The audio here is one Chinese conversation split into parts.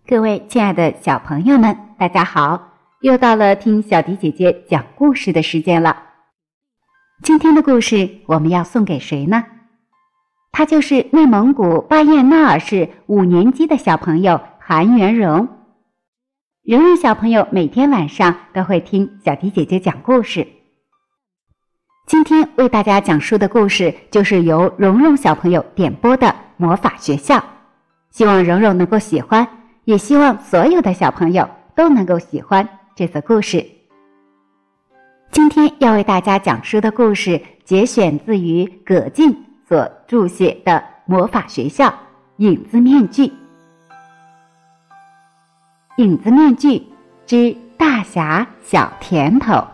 各位亲爱的小朋友们，大家好！又到了听小迪姐姐讲故事的时间了。今天的故事我们要送给谁呢？他就是内蒙古巴彦淖尔市5年级的小朋友韩元荣。蓉蓉小朋友每天晚上都会听小迪姐姐讲故事。今天为大家讲述的故事就是由蓉蓉小朋友点播的《魔法学校》，希望蓉蓉能够喜欢，也希望所有的小朋友都能够喜欢这则故事。今天要为大家讲述的故事节选自于葛静所著写的《魔法学校》影子面具。影子面具之大侠小甜头。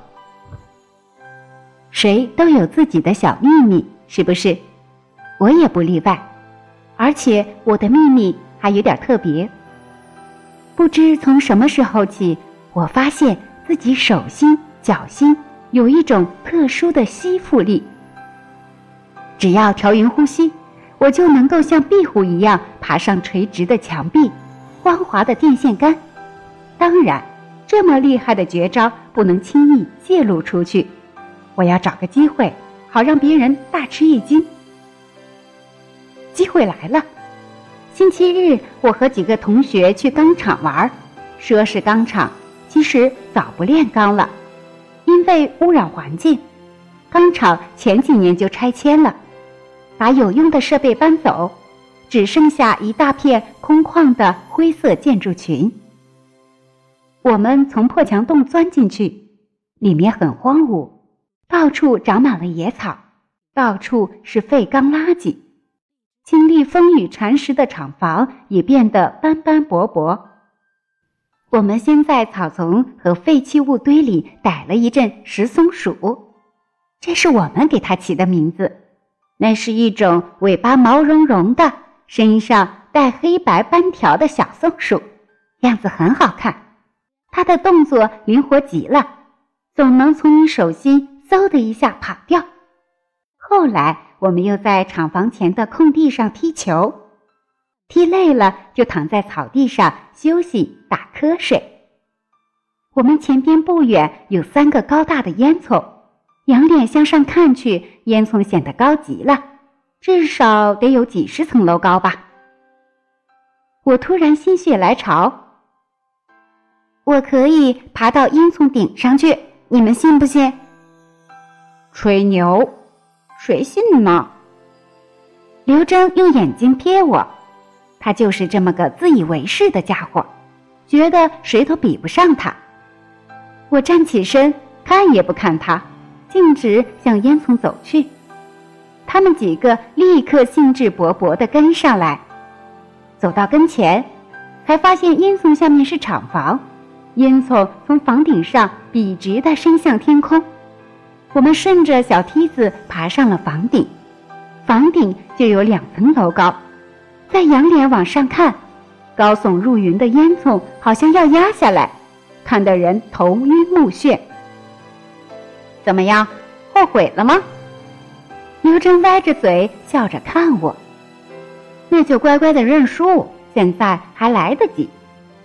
谁都有自己的小秘密，是不是？我也不例外，而且我的秘密还有点特别。不知从什么时候起，我发现自己手心、脚心有一种特殊的吸附力。只要调匀呼吸，我就能够像壁虎一样爬上垂直的墙壁、光滑的电线杆。当然，这么厉害的绝招不能轻易泄露出去，我要找个机会，好让别人大吃一惊。机会来了！星期日，我和几个同学去钢厂玩，说是钢厂，其实早不炼钢了，因为污染环境。钢厂前几年就拆迁了，把有用的设备搬走，只剩下一大片空旷的灰色建筑群。我们从破墙洞钻进去，里面很荒芜，到处长满了野草，到处是废钢垃圾。经历风雨禅实的厂房也变得斑斑驳驳。我们先在草丛和废弃物堆里逮了一阵石松鼠，这是我们给它起的名字。那是一种尾巴毛茸茸的，身上带黑白斑条的小松鼠，样子很好看。它的动作灵活极了，总能从你手心嗖的一下跑掉。后来我们又在厂房前的空地上踢球，踢累了就躺在草地上休息打瞌睡。我们前边不远有3个高大的烟囱，仰脸向上看去，烟囱显得高极了，至少得有几10层楼高吧。我突然心血来潮，我可以爬到烟囱顶上去，你们信不信？吹牛，谁信呢？刘征用眼睛瞥我，他就是这么个自以为是的家伙，觉得谁都比不上他。我站起身，看也不看他，径直向烟囱走去。他们几个立刻兴致勃勃地跟上来。走到跟前，才发现烟囱下面是厂房，烟囱从房顶上笔直地伸向天空。我们顺着小梯子爬上了房顶，房顶就有2层楼高。再仰脸往上看，高耸入云的烟囱好像要压下来，看得人头晕目眩。怎么样，后悔了吗？刘征歪着嘴笑着看我。那就乖乖地认输，现在还来得及。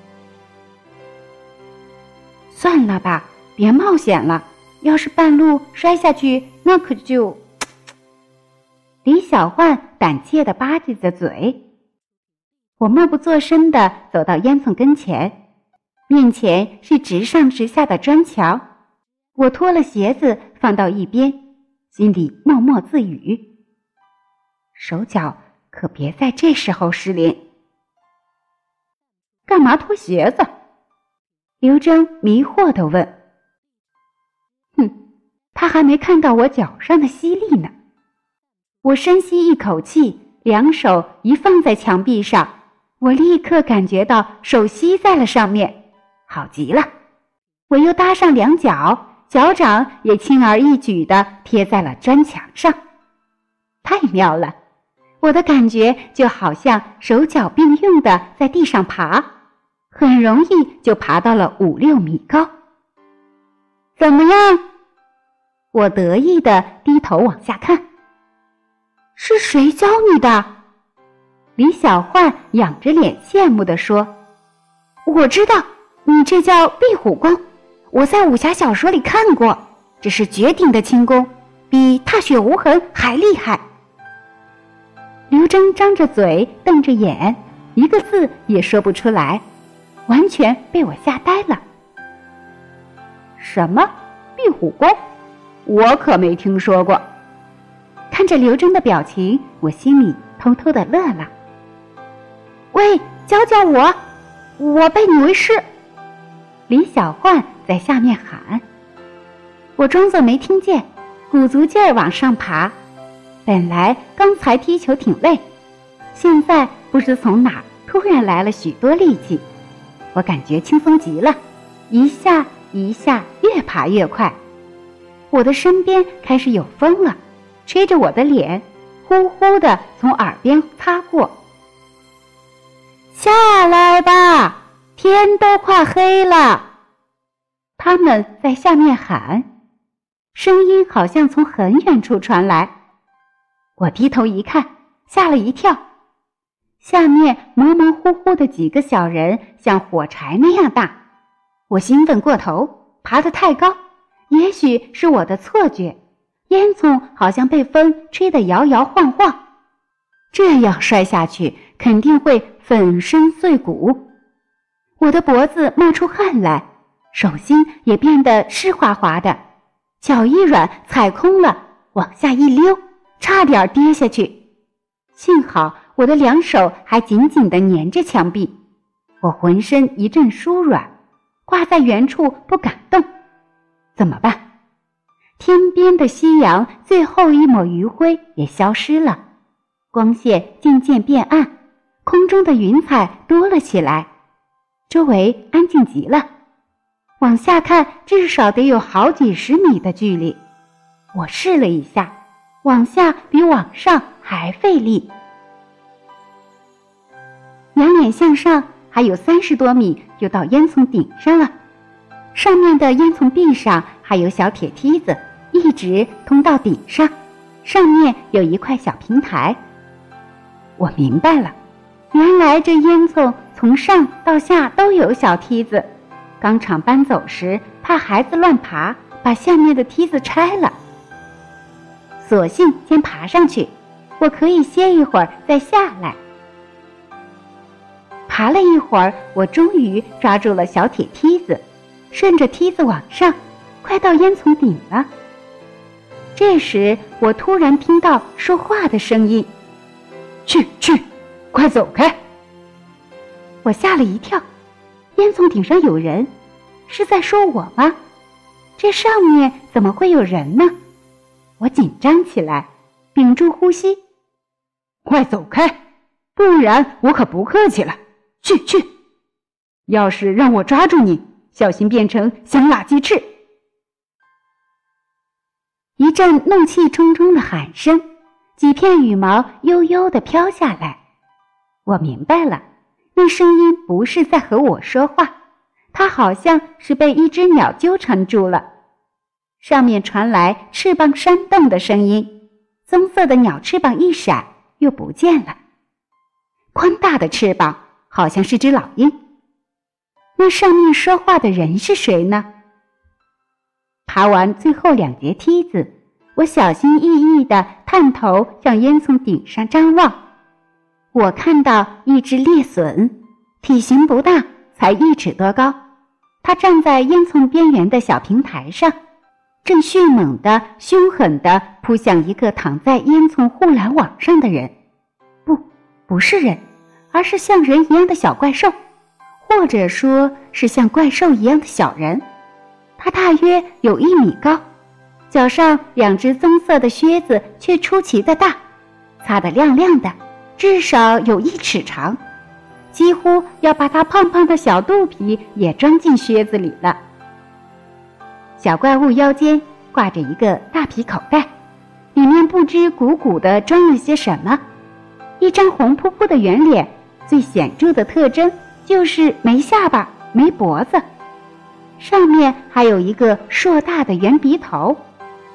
算了吧，别冒险了，要是半路摔下去，那可就……李小焕胆怯地吧唧着嘴。我默不作声地走到烟囱跟前，面前是直上直下的砖墙。我脱了鞋子放到一边，心里默默自语：手脚可别在这时候失灵。干嘛脱鞋子？刘征迷惑地问。他还没看到我脚上的吸力呢。我深吸一口气，2手一放在墙壁上，我立刻感觉到手吸在了上面，好极了。我又搭上2脚，脚掌也轻而易举地贴在了砖墙上。太妙了，我的感觉就好像手脚并用地在地上爬，很容易就爬到了5-6米高。怎么样？我得意地低头往下看。是谁教你的？李小焕仰着脸羡慕地说。 我知道，你这叫壁虎功，我在武侠小说里看过，这是绝顶的轻功，比踏雪无痕还厉害。刘铮张着嘴瞪着眼，一个字也说不出来，完全被我吓呆了。什么壁虎功？我可没听说过。看着刘铮的表情，我心里偷偷的乐了。喂，教教我，我拜你为师。李小焕在下面喊。我装作没听见，鼓足劲儿往上爬。本来刚才踢球挺累，现在不知从哪儿突然来了许多力气，我感觉轻松极了，一下一下越爬越快。我的身边开始有风了，吹着我的脸，呼呼地从耳边擦过。下来吧，天都快黑了。他们在下面喊，声音好像从很远处传来。我低头一看，吓了一跳，下面模模糊糊的几个小人像火柴那样大。我兴奋过头，爬得太高，也许是我的错觉，烟囱好像被风吹得摇摇晃晃，这样摔下去肯定会粉身碎骨。我的脖子冒出汗来，手心也变得湿滑滑的，脚一软踩空了，往下一溜，差点跌下去。幸好我的两手还紧紧地粘着墙壁，我浑身一阵酥软，挂在原处不敢动。怎么办？天边的夕阳最后一抹余晖也消失了，光线渐渐变暗，空中的云彩多了起来，周围安静极了。往下看至少得有好几十米的距离，我试了一下，往下比往上还费力。仰脸向上还有30多米就到烟囱顶上了，上面的烟囱壁上还有小铁梯子，一直通到顶上，上面有一块小平台。我明白了，原来这烟囱从上到下都有小梯子，钢厂搬走时怕孩子乱爬，把下面的梯子拆了。索性先爬上去，我可以歇一会儿再下来。爬了一会儿，我终于抓住了小铁梯子，顺着梯子往上，快到烟囱顶了。这时我突然听到说话的声音：去，快走开！我吓了一跳，烟囱顶上有人，是在说我吗？这上面怎么会有人呢？我紧张起来，屏住呼吸。快走开，不然我可不客气了。去！要是让我抓住你，小心变成香辣鸡翅！一阵怒气冲冲的喊声，几片羽毛悠悠地飘下来。我明白了，那声音不是在和我说话，它好像是被一只鸟纠缠住了。上面传来翅膀扇动的声音，棕色的鸟翅膀一闪又不见了。宽大的翅膀，好像是只老鹰。那上面说话的人是谁呢？爬完最后2节梯子，我小心翼翼地探头向烟囱顶上张望。我看到一只猎隼，体型不大，才1尺多高。它站在烟囱边缘的小平台上，正迅猛地、凶狠地扑向一个躺在烟囱护栏网上的人。不是人，而是像人一样的小怪兽，或者说是像怪兽一样的小人。它大约有1米高，脚上2只棕色的靴子却出奇的大，擦得亮亮的，至少有1尺长，几乎要把它胖胖的小肚皮也装进靴子里了。小怪物腰间挂着一个大皮口袋，里面不知鼓鼓地装了些什么。一张红扑扑的圆脸，最显著的特征就是没下巴、没脖子，上面还有一个硕大的圆鼻头。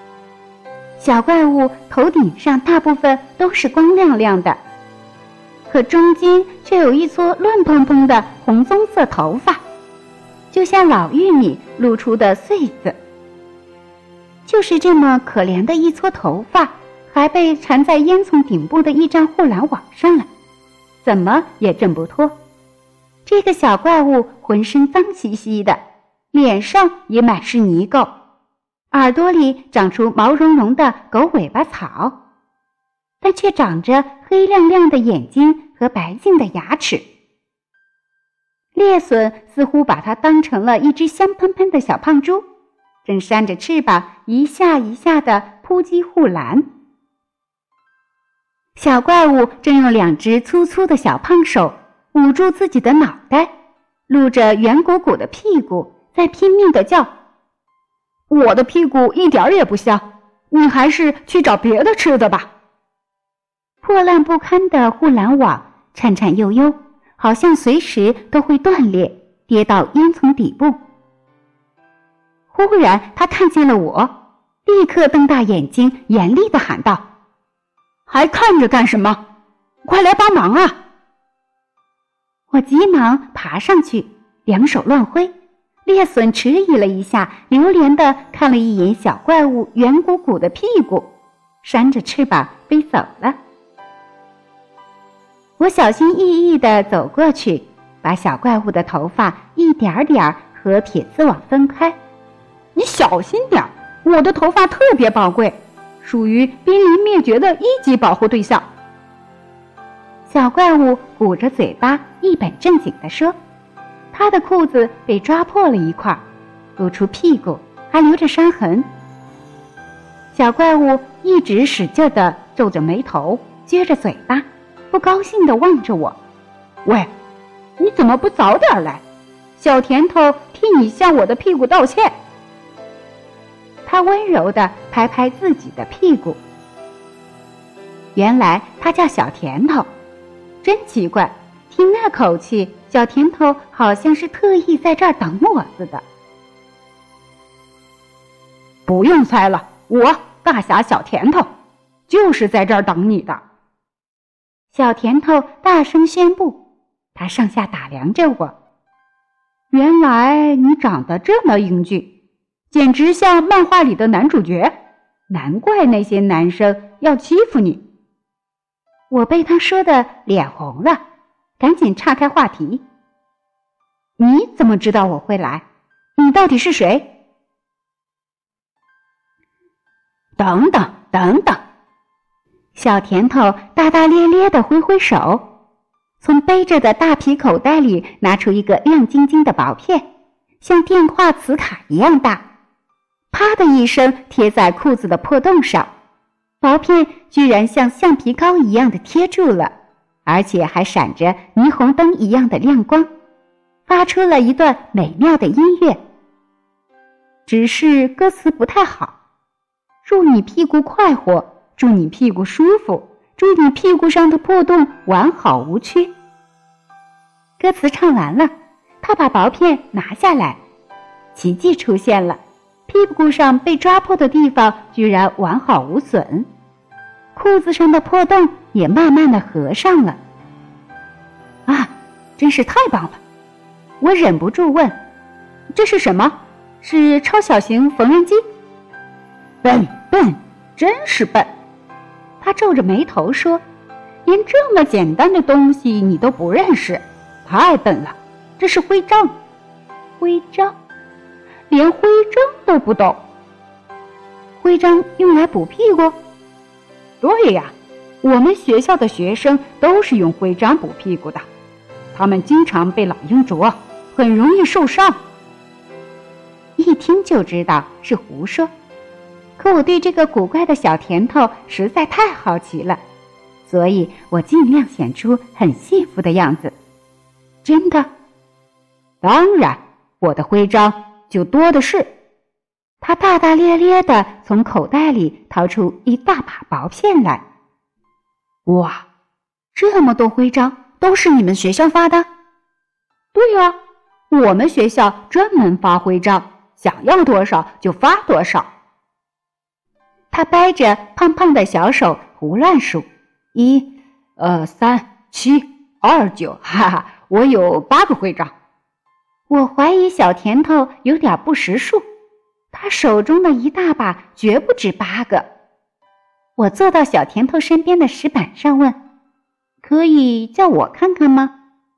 小怪物头顶上大部分都是光亮亮的， 可中间却有一撮乱蓬蓬的红棕色头发，就像老玉米露出的穗子。就是这么可怜的一撮头发，还被缠在烟囱顶部的一张护栏网上了，怎么也挣不脱。这个小怪物浑身脏兮兮的，脸上也满是泥垢，耳朵里长出毛茸茸的狗尾巴草，但却长着黑亮亮的眼睛和白净的牙齿。猎隼似乎把它当成了一只香喷喷的小胖猪，正扇着翅膀一下一下地扑击护栏。小怪物正用2只粗粗的小胖手捂住自己的脑袋，露着圆鼓鼓的屁股，在拼命地叫：我的屁股一点也不香，你还是去找别的吃的吧。破烂不堪的护栏网颤颤悠悠，好像随时都会断裂，跌到烟囱底部。忽然他看见了我，立刻瞪大眼睛，严厉地喊道：还看着干什么？快来帮忙啊！我急忙爬上去，2手乱挥。猎隼迟疑了一下，流连地看了一眼小怪物圆鼓鼓的屁股，扇着翅膀飞走了。我小心翼翼地走过去，把小怪物的头发一点点和铁丝网分开。你小心点，我的头发特别宝贵，属于濒临灭绝的1级保护对象。小怪物鼓着嘴巴，一本正经地说，他的裤子被抓破了一块，露出屁股，还留着伤痕。小怪物一直使劲地皱着眉头，撅着嘴巴，不高兴地望着我。喂，你怎么不早点来？小甜头替你向我的屁股道歉。他温柔地拍拍自己的屁股。原来他叫小甜头，真奇怪，听那口气，小甜头好像是特意在这儿等我似的。不用猜了，我大侠小甜头就是在这儿等你的。小甜头大声宣布，他上下打量着我。原来你长得这么英俊，简直像漫画里的男主角，难怪那些男生要欺负你。我被他说的脸红了，赶紧岔开话题。你怎么知道我会来？你到底是谁？等等等等！小甜头大大咧咧地挥挥手，从背着的大皮口袋里拿出一个亮晶晶的薄片，像电话磁卡一样大，啪的一声贴在裤子的破洞上。薄片居然像橡皮膏一样的贴住了，而且还闪着霓虹灯一样的亮光，发出了一段美妙的音乐。只是歌词不太好。祝你屁股快活，祝你屁股舒服，祝你屁股上的破洞完好无缺。歌词唱完了，他把薄片拿下来，奇迹出现了，屁股上被抓破的地方居然完好无损，裤子上的破洞也慢慢的合上了。啊，真是太棒了！我忍不住问，这是什么？是超小型缝纫机？笨，真是笨！他皱着眉头说，连这么简单的东西你都不认识，太笨了。这是徽章。徽章？连徽章都不懂？徽章用来补屁股？对呀，我们学校的学生都是用徽章补屁股的，他们经常被老鹰啄，很容易受伤。一听就知道是胡说，可我对这个古怪的小甜头实在太好奇了，所以我尽量显出很幸福的样子。真的？当然，我的徽章就多的是。他大大咧咧地从口袋里掏出一大把薄片来。哇，这么多徽章都是你们学校发的？对啊，我们学校专门发徽章，想要多少就发多少。他掰着胖胖的小手胡乱数，1、2、3、 7、29，哈哈，我有8个徽章。 我怀疑小甜头有点不识数，他手中的一大把绝不止8个。我坐到小甜头身边的石板上问：“可以叫我看看吗？”“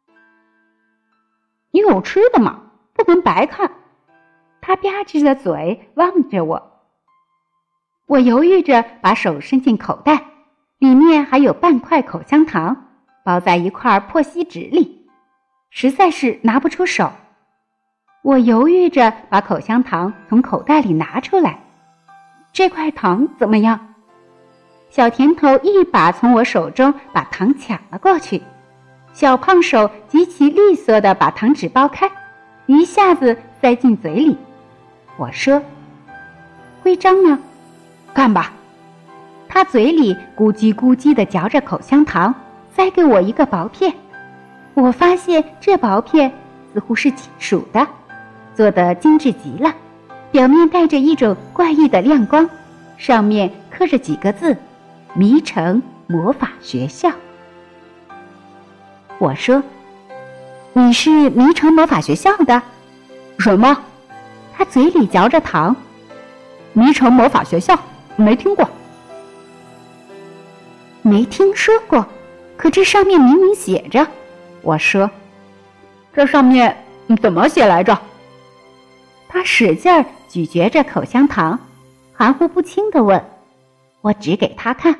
你有吃的吗？不能白看。” 他吧唧着嘴望着我。我犹豫着把手伸进口袋，里面还有半块口香糖，包在一块破锡纸里，实在是拿不出手。我犹豫着把口香糖从口袋里拿出来，这块糖怎么样？小甜头一把从我手中把糖抢了过去，小胖手极其利索地把糖纸剥开，一下子塞进嘴里。我说：“徽章呢？ 看吧。” 他嘴里咕叽咕叽地嚼着口香糖，塞给我一个薄片。我发现这薄片似乎是金属的，做得精致极了，表面带着一种怪异的亮光，上面刻着几个字：迷城魔法学校。我说：“你是迷城魔法学校的？”“ 什么？” 他嘴里嚼着糖。 “迷城魔法学校？没听过。”“ 没听说过，可这上面明明写着。”我说：“ 这上面怎么写来着？” 他使劲儿咀嚼着口香糖，含糊不清地问。我指给他看。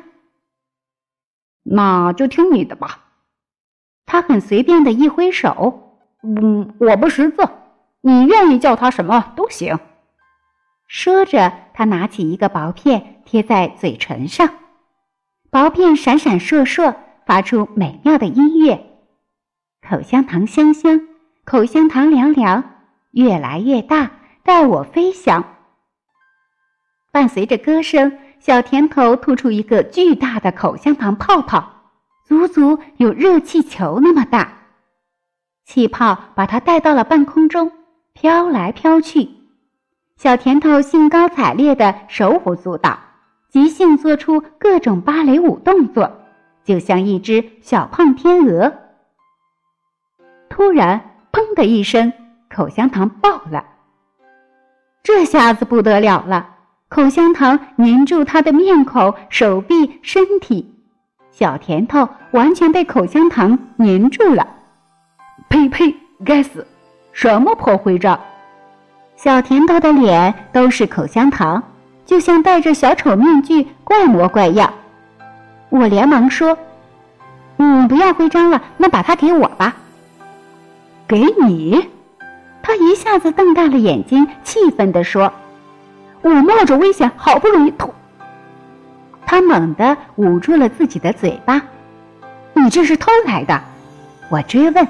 “那就听你的吧。” 他很随便地一挥手。 “我不识字，你愿意叫他什么都行。” 说着，他拿起一个薄片贴在嘴唇上，薄片闪闪烁烁，发出美妙的音乐。口香糖香香，口香糖凉凉，越来越大，带我飞翔。伴随着歌声，小甜头吐出一个巨大的口香糖泡泡，足足有热气球那么大。气泡把它带到了半空中，飘来飘去。小甜头兴高采烈地手舞足蹈，即兴做出各种芭蕾舞动作，就像一只小胖天鹅。突然，砰的一声，口香糖爆了。这下子不得了了，口香糖粘住他的面孔、手臂、身体，小甜头完全被口香糖粘住了。 呸呸，该死，什么破徽章！ 小甜头的脸都是口香糖，就像戴着小丑面具，怪模怪样。我连忙说：“不要徽章了，那把它给我吧。”“ 给你？” 他一下子瞪大了眼睛，气愤地说：“ 我冒着危险好不容易偷。” 他猛地捂住了自己的嘴巴。“你这是偷来的？”我追问。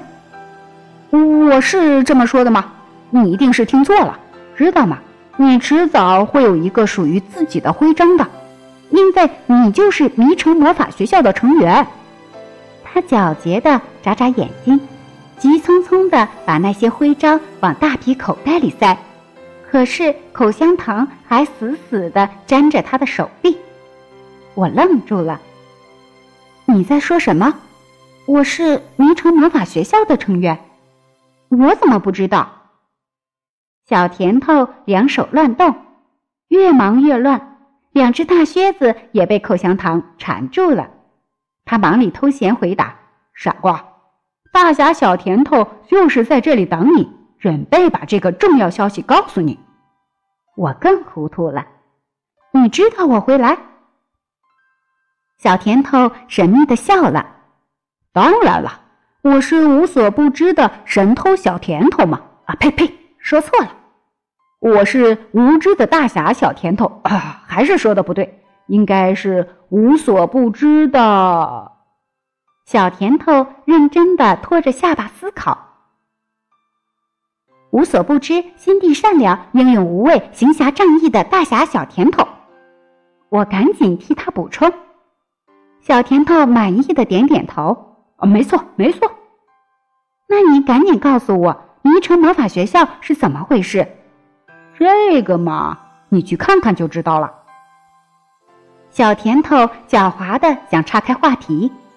“我是这么说的吗？你一定是听错了，知道吗？你迟早会有一个属于自己的徽章的，因为你就是迷城魔法学校的成员。” 他狡黠地眨眨眼睛，急匆匆地把那些徽章往大皮口袋里塞，可是口香糖还死死地粘着他的手臂。我愣住了。“你在说什么？我是迷城魔法学校的成员？我怎么不知道？”小甜头两手乱动，越忙越乱，两只大靴子也被口香糖缠住了。他忙里偷闲回答：“ 傻瓜，大侠小甜头就是在这里等你，准备把这个重要消息告诉你。” 我更糊涂了。“你知道我会来？”小甜头神秘地笑了。 “当然了，我是无所不知的神偷小甜头嘛。呸呸，说错了，我是无知的大侠小甜头啊，还是说的不对，应该是无所不知的。” 小甜头认真地拖着下巴思考。“无所不知，心地善良，英勇无畏，行侠仗义的大侠小甜头。”我赶紧替他补充。小甜头满意的点点头。 “没错，没错。”“ 那你赶紧告诉我，迷城魔法学校是怎么回事？”“ 这个嘛，你去看看就知道了。” 小甜头狡猾地想岔开话题。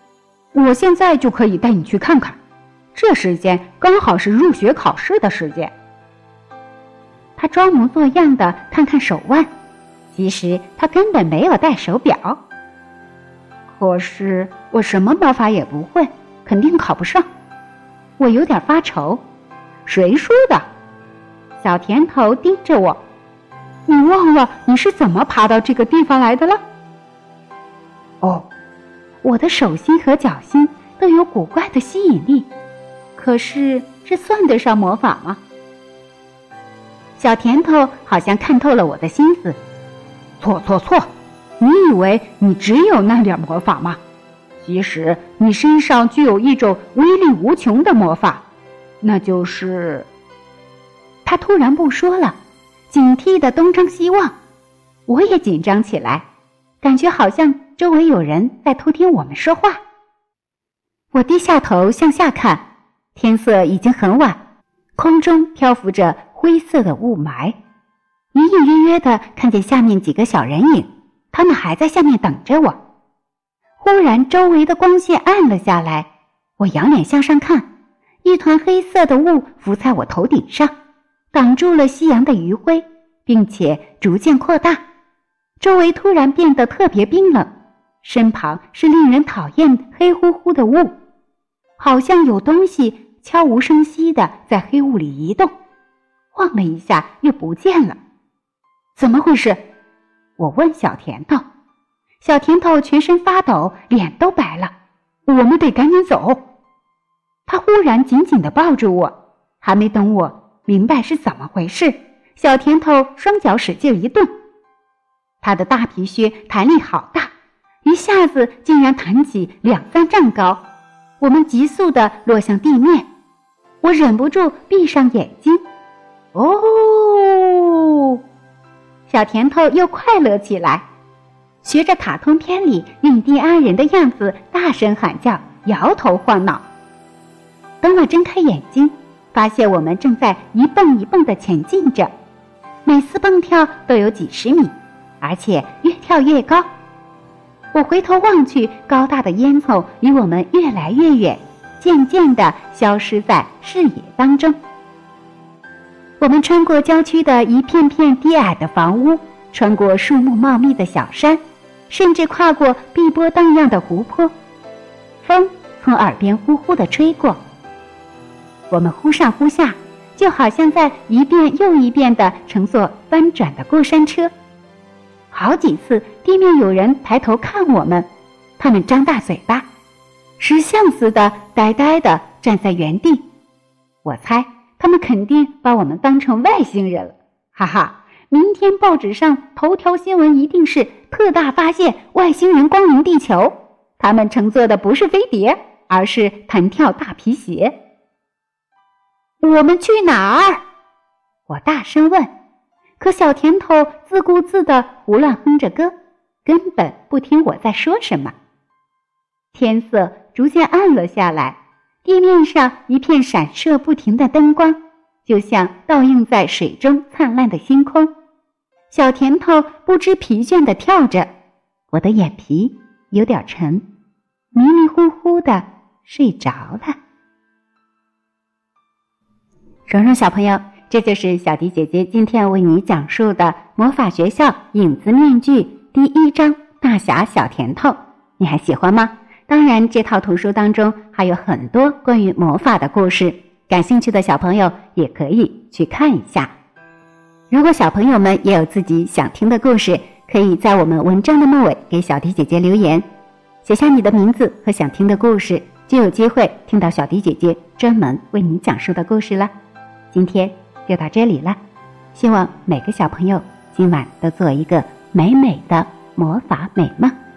我现在就可以带你去看看，这时间刚好是入学考试的时间。 他装模作样的看看手腕，其实他根本没有戴手表。 可是我什么魔法也不会，肯定考不上。 我有点发愁。 谁说的？ 小甜头盯着我。 你忘了你是怎么爬到这个地方来的了？ 哦，我的手心和脚心都有古怪的吸引力，可是这算得上魔法吗？小甜头好像看透了我的心思。 错，你以为你只有那点魔法吗？其实你身上具有一种威力无穷的魔法，那就是…… 他突然不说了，警惕地东张西望。我也紧张起来，感觉好像周围有人在偷听我们说话。我低下头向下看，天色已经很晚，空中漂浮着灰色的雾霾，隐隐约约地看见下面几个小人影，他们还在下面等着我。忽然周围的光线暗了下来，我仰脸向上看，一团黑色的雾浮在我头顶上，挡住了夕阳的余晖，并且逐渐扩大。周围突然变得特别冰冷，身旁是令人讨厌黑乎乎的雾，好像有东西悄无声息地在黑雾里移动，晃了一下又不见了。怎么回事？我问小甜头。小甜头全身发抖，脸都白了。 我们得赶紧走。 他忽然紧紧地抱住我，还没等我明白是怎么回事，小甜头双脚使劲一顿，他的大皮靴弹力好大，一下子竟然弹起2-3丈高。我们急速地落向地面，我忍不住闭上眼睛。哦，小甜头又快乐起来，学着卡通片里印第安人的样子大声喊叫，摇头晃脑。等我睁开眼睛，发现我们正在一蹦一蹦地前进着，每次蹦跳都有几十米，而且越跳越高。我回头望去，高大的烟囱离我们越来越远，渐渐地消失在视野当中。我们穿过郊区的一片片低矮的房屋，穿过树木茂密的小山，甚至跨过碧波荡漾的湖泊。风从耳边呼呼地吹过，我们忽上忽下，就好像在一遍又一遍地乘坐翻转的过山车。好几次地面有人抬头看我们，他们张大嘴巴，石像似的呆呆地站在原地。我猜他们肯定把我们当成外星人了，哈哈！明天报纸上头条新闻一定是特大发现，外星人光临地球。他们乘坐的不是飞碟，而是弹跳大皮鞋。我们去哪儿？我大声问。可小甜头自顾自地胡乱哼着歌，根本不听我在说什么。天色逐渐暗了下来，地面上一片闪烁不停的灯光，就像倒映在水中灿烂的星空。小甜头不知疲倦地跳着，我的眼皮有点沉，迷迷糊糊地睡着了。蓉蓉小朋友，这就是小迪姐姐今天为你讲述的《魔法学校影子面具》第1章大侠小甜头，你还喜欢吗？当然，这套图书当中还有很多关于魔法的故事，感兴趣的小朋友也可以去看一下。如果小朋友们也有自己想听的故事，可以在我们文章的末尾给小迪姐姐留言，写下你的名字和想听的故事，就有机会听到小迪姐姐专门为你讲述的故事了。今天就到这里了，希望每个小朋友今晚都做一个美美的魔法美梦。